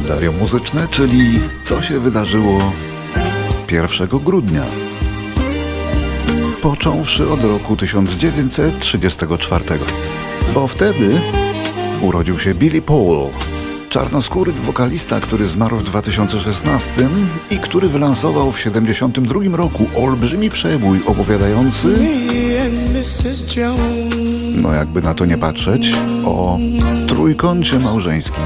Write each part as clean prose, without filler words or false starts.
Kalendarium muzyczne, czyli co się wydarzyło 1 grudnia. Począwszy od roku 1934, bo wtedy urodził się Billy Paul, czarnoskóry wokalista, który zmarł w 2016 i który wylansował w 1972 roku olbrzymi przebój opowiadający, no jakby na to nie patrzeć, o trójkącie małżeńskim.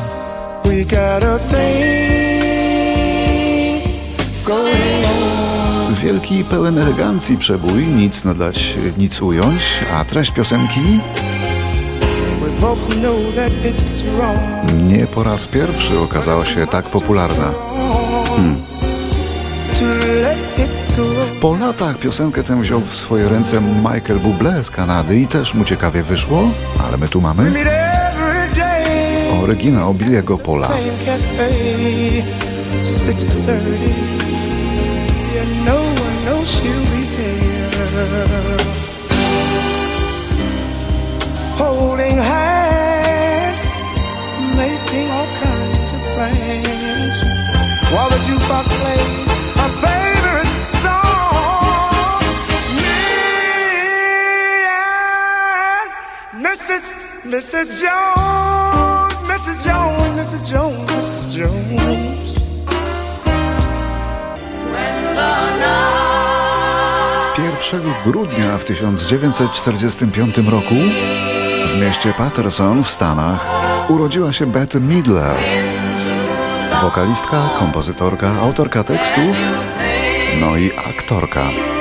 Wielki i pełen elegancji przebój, nic nadać, nic ująć, a treść piosenki nie po raz pierwszy okazała się tak popularna. Po latach piosenkę tę wziął w swoje ręce Michael Bublé z Kanady i też mu ciekawie wyszło, ale my tu mamy oryginał Billy'ego Paula. Holding hands, making all kinds of plans, while the jukebox plays my favorite song. Me and Mrs. Jones, Mrs. Jones, Mrs. Jones, Mrs. Jones. 1 grudnia w 1945 roku w mieście Paterson w Stanach urodziła się Bette Midler, wokalistka, kompozytorka, autorka tekstów, no i aktorka.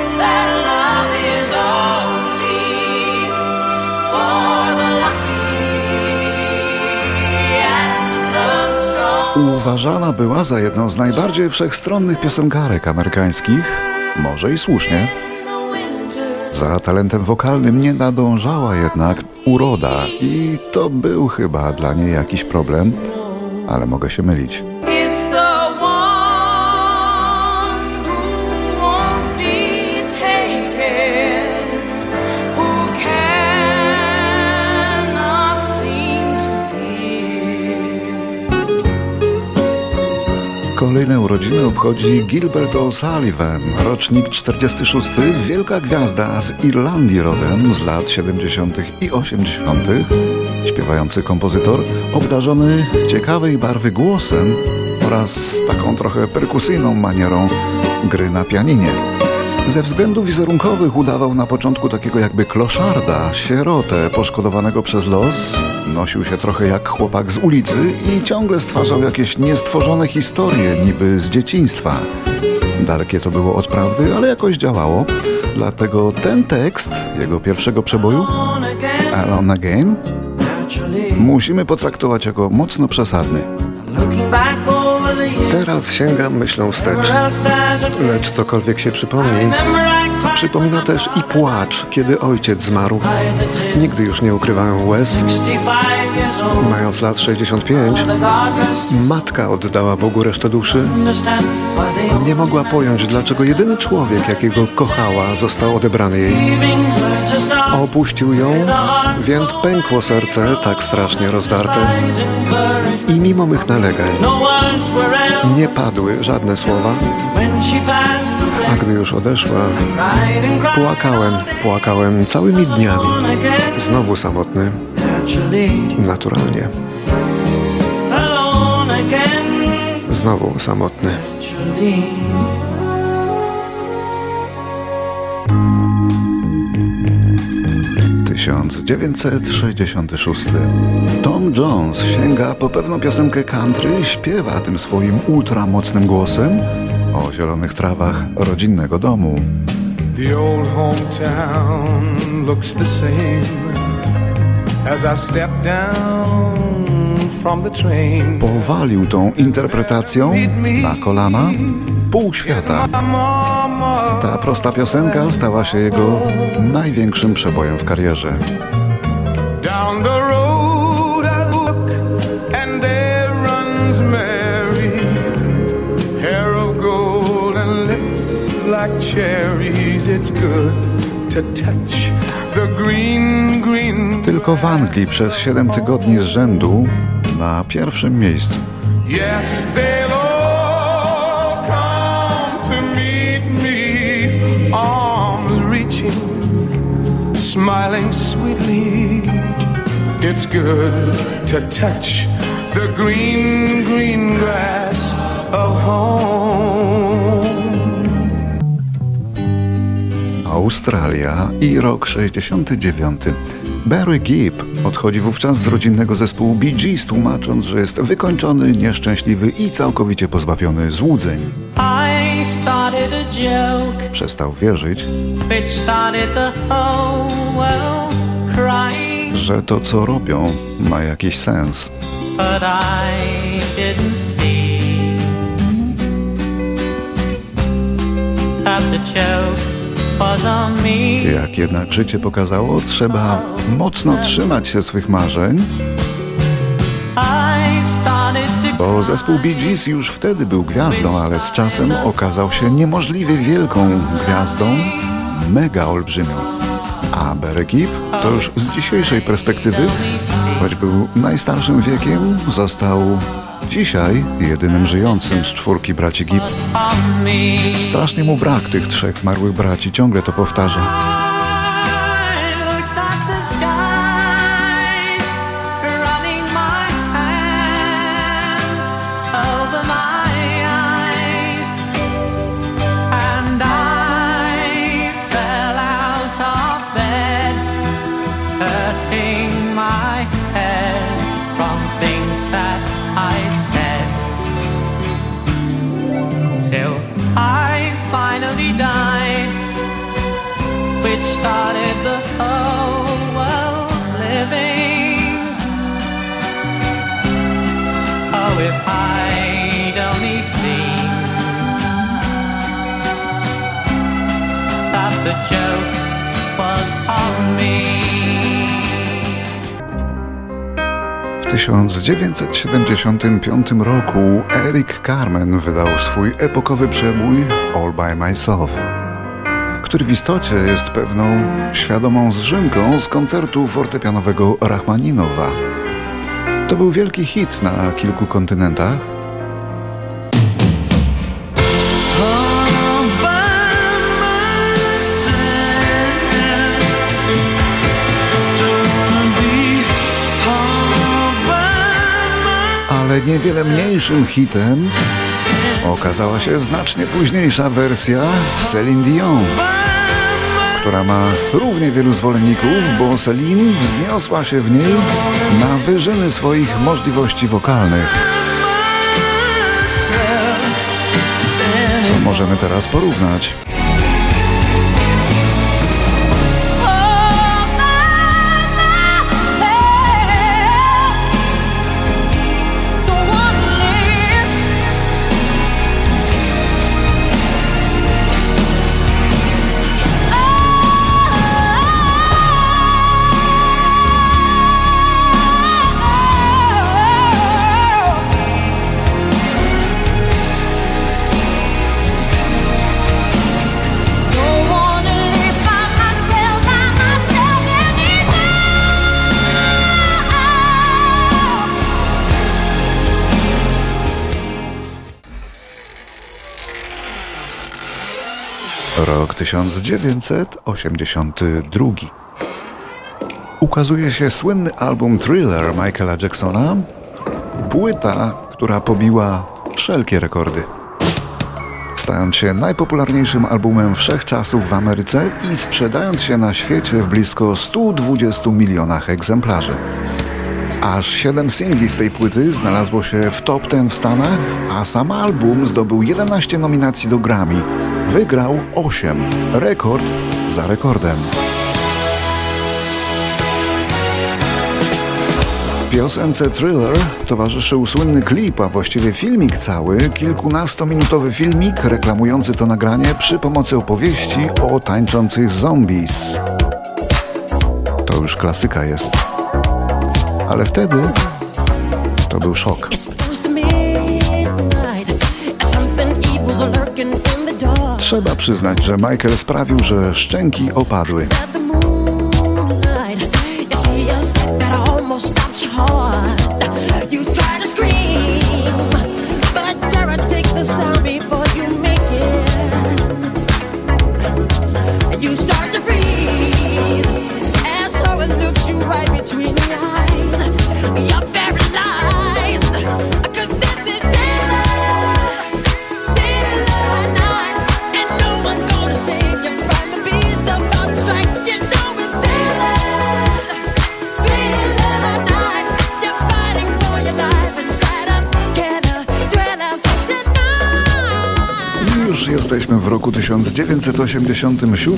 Uważana była za jedną z najbardziej wszechstronnych piosenkarek amerykańskich, może i słusznie. Za talentem wokalnym nie nadążała jednak uroda i to był chyba dla niej jakiś problem, ale mogę się mylić. Kolejne urodziny obchodzi Gilbert O'Sullivan, rocznik 46, wielka gwiazda z Irlandii rodem z lat 70. i 80., śpiewający kompozytor, obdarzony ciekawej barwy głosem oraz taką trochę perkusyjną manierą gry na pianinie. Ze względów wizerunkowych udawał na początku takiego jakby kloszarda, sierotę poszkodowanego przez los. Nosił się trochę jak chłopak z ulicy i ciągle stwarzał jakieś niestworzone historie, niby z dzieciństwa. Dalekie to było od prawdy, ale jakoś działało. Dlatego ten tekst jego pierwszego przeboju, Alone Again, musimy potraktować jako mocno przesadny. Teraz sięgam myślą wstecz, lecz cokolwiek się przypomni, przypomina też i płacz, kiedy ojciec zmarł. Nigdy już nie ukrywałem łez. Mając lat 65, matka oddała Bogu resztę duszy. Nie mogła pojąć, dlaczego jedyny człowiek, jakiego kochała, został odebrany jej. Opuścił ją, więc pękło serce tak strasznie rozdarte. I mimo mych nalegań nie padły żadne słowa, a gdy już odeszła, płakałem całymi dniami. Znowu samotny, naturalnie. Znowu samotny. 1966. Tom Jones sięga po pewną piosenkę country, śpiewa tym swoim ultramocnym głosem o zielonych trawach rodzinnego domu. The old hometown looks the same as I step down from the train. Powalił tą interpretacją na kolana pół świata. Ta prosta piosenka stała się jego największym przebojem w karierze. Down the road I look and there runs Mary, hair of gold and lips like cherries. It's good to touch the green, green. Tylko w Anglii przez 7 tygodni z rzędu na pierwszym miejscu. Yes, they'll all come to meet me, arms reaching, smiling sweetly. It's good to touch the green, green grass of home. Australia i rok 69. Barry Gibb odchodzi wówczas z rodzinnego zespołu Bee Gees, tłumacząc, że jest wykończony, nieszczęśliwy i całkowicie pozbawiony złudzeń. Przestał wierzyć, że to, co robią, ma jakiś sens. Jak jednak życie pokazało, trzeba mocno trzymać się swych marzeń, bo zespół Bee Gees już wtedy był gwiazdą, ale z czasem okazał się niemożliwie wielką gwiazdą, mega olbrzymią. A Barry Gibb to już z dzisiejszej perspektywy, choć był najstarszym wiekiem, został dzisiaj jedynym żyjącym z czwórki braci Gibb. Strasznie mu brak tych trzech zmarłych braci, ciągle to powtarza. Which started the whole world living. Oh, if I'd only seen that the joke was on me. W 1975 roku Eric Carmen wydał swój epokowy przebój All by Myself, który w istocie jest pewną świadomą zżynką z koncertu fortepianowego Rachmaninowa. To był wielki hit na kilku kontynentach. Ale niewiele mniejszym hitem okazała się znacznie późniejsza wersja Céline Dion, która ma równie wielu zwolenników, bo Céline wzniosła się w niej na wyżyny swoich możliwości wokalnych. Co możemy teraz porównać? Rok 1982. Ukazuje się słynny album Thriller Michaela Jacksona, płyta, która pobiła wszelkie rekordy, stając się najpopularniejszym albumem wszechczasów w Ameryce i sprzedając się na świecie w blisko 120 milionach egzemplarzy. Aż 7 singli z tej płyty znalazło się w top 10 w Stanach, a sam album zdobył 11 nominacji do Grammy. Wygrał 8. Rekord za rekordem. Piosence Thriller towarzyszył słynny klip, a właściwie filmik cały, kilkunastominutowy filmik reklamujący to nagranie przy pomocy opowieści o tańczących zombies. To już klasyka jest. Ale wtedy to był szok. Trzeba przyznać, że Michael sprawił, że szczęki opadły. Jesteśmy w roku 1987.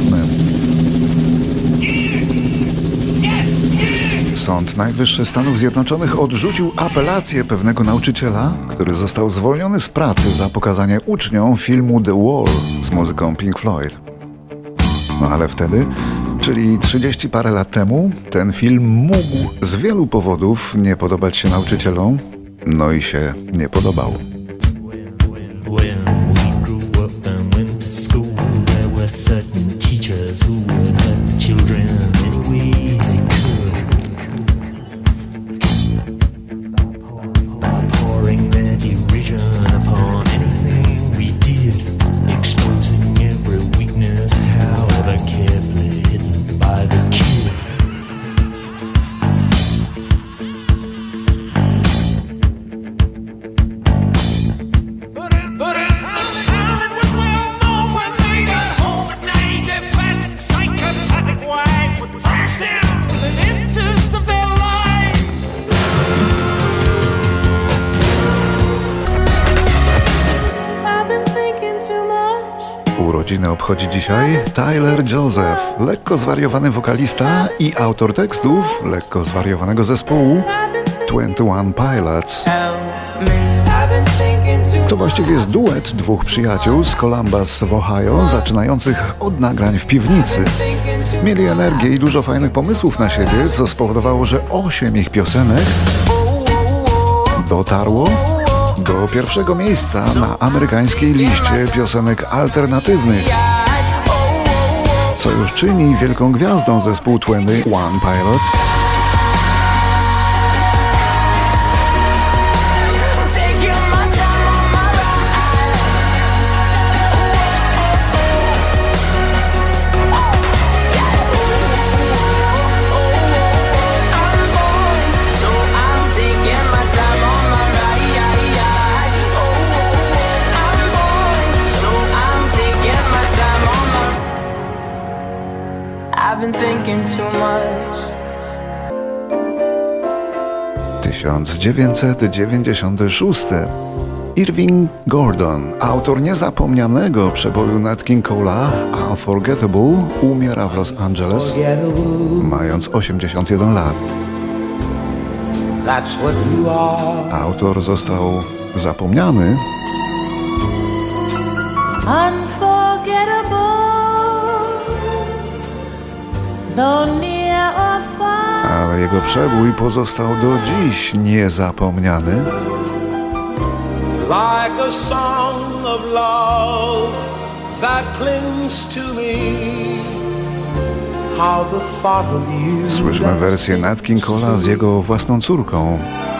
Sąd Najwyższy Stanów Zjednoczonych odrzucił apelację pewnego nauczyciela, który został zwolniony z pracy za pokazanie uczniom filmu The Wall z muzyką Pink Floyd. No ale wtedy, czyli 30 parę lat temu, ten film mógł z wielu powodów nie podobać się nauczycielom, no i się nie podobał. Urodziny obchodzi dzisiaj Tyler Joseph, lekko zwariowany wokalista i autor tekstów lekko zwariowanego zespołu 21 Pilots. To właściwie jest duet dwóch przyjaciół z Columbus w Ohio, zaczynających od nagrań w piwnicy. Mieli energię i dużo fajnych pomysłów na siebie, co spowodowało, że 8 ich piosenek dotarło do pierwszego miejsca na amerykańskiej liście piosenek alternatywnych, co już czyni wielką gwiazdą zespół 21 Pilots. I've been thinking too much. 1996. Irving Gordon, autor niezapomnianego przeboju Nat King Cole'a Unforgettable, umiera w Los Angeles, mając 81 lat. Autor został zapomniany, ale jego przebój pozostał do dziś niezapomniany. Like a song of love that clings to me. How the thought of you. Słyszymy wersję Nat King Cole'a z jego własną córką.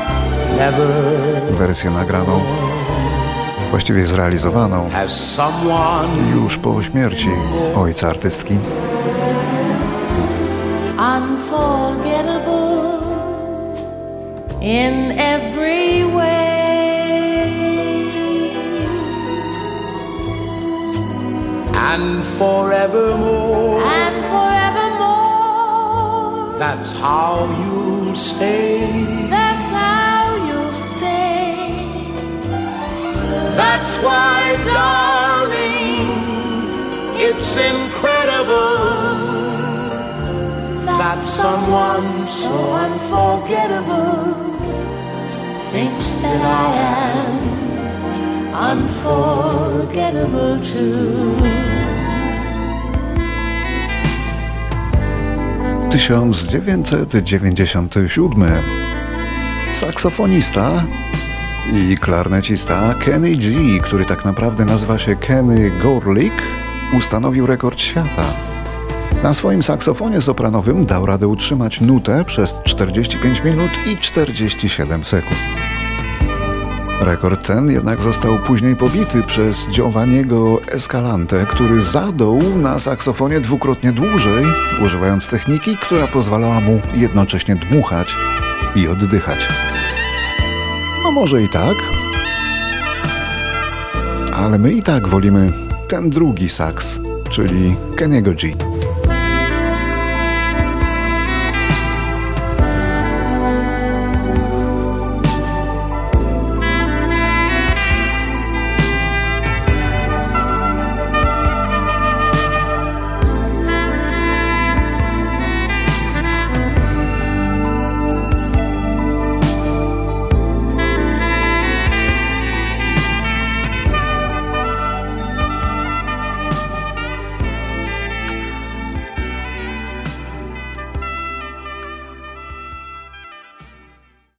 Wersję nagraną, właściwie zrealizowaną już po śmierci ojca artystki. Unforgettable in every way, and forevermore. and forevermore. That's how you'll stay. That's how you'll stay. That's why, darling, it's incredible that someone so unforgettable Thinks that I am unforgettable too. 1997. Saksofonista i klarnecista Kenny G, który tak naprawdę nazywa się Kenny Gorlick, ustanowił rekord świata. Na swoim saksofonie sopranowym dał radę utrzymać nutę przez 45 minut i 47 sekund. Rekord ten jednak został później pobity przez Giovanniego Escalante, który zadął na saksofonie dwukrotnie dłużej, używając techniki, która pozwalała mu jednocześnie dmuchać i oddychać. No może i tak, ale my i tak wolimy ten drugi saks, czyli Kenny'ego G.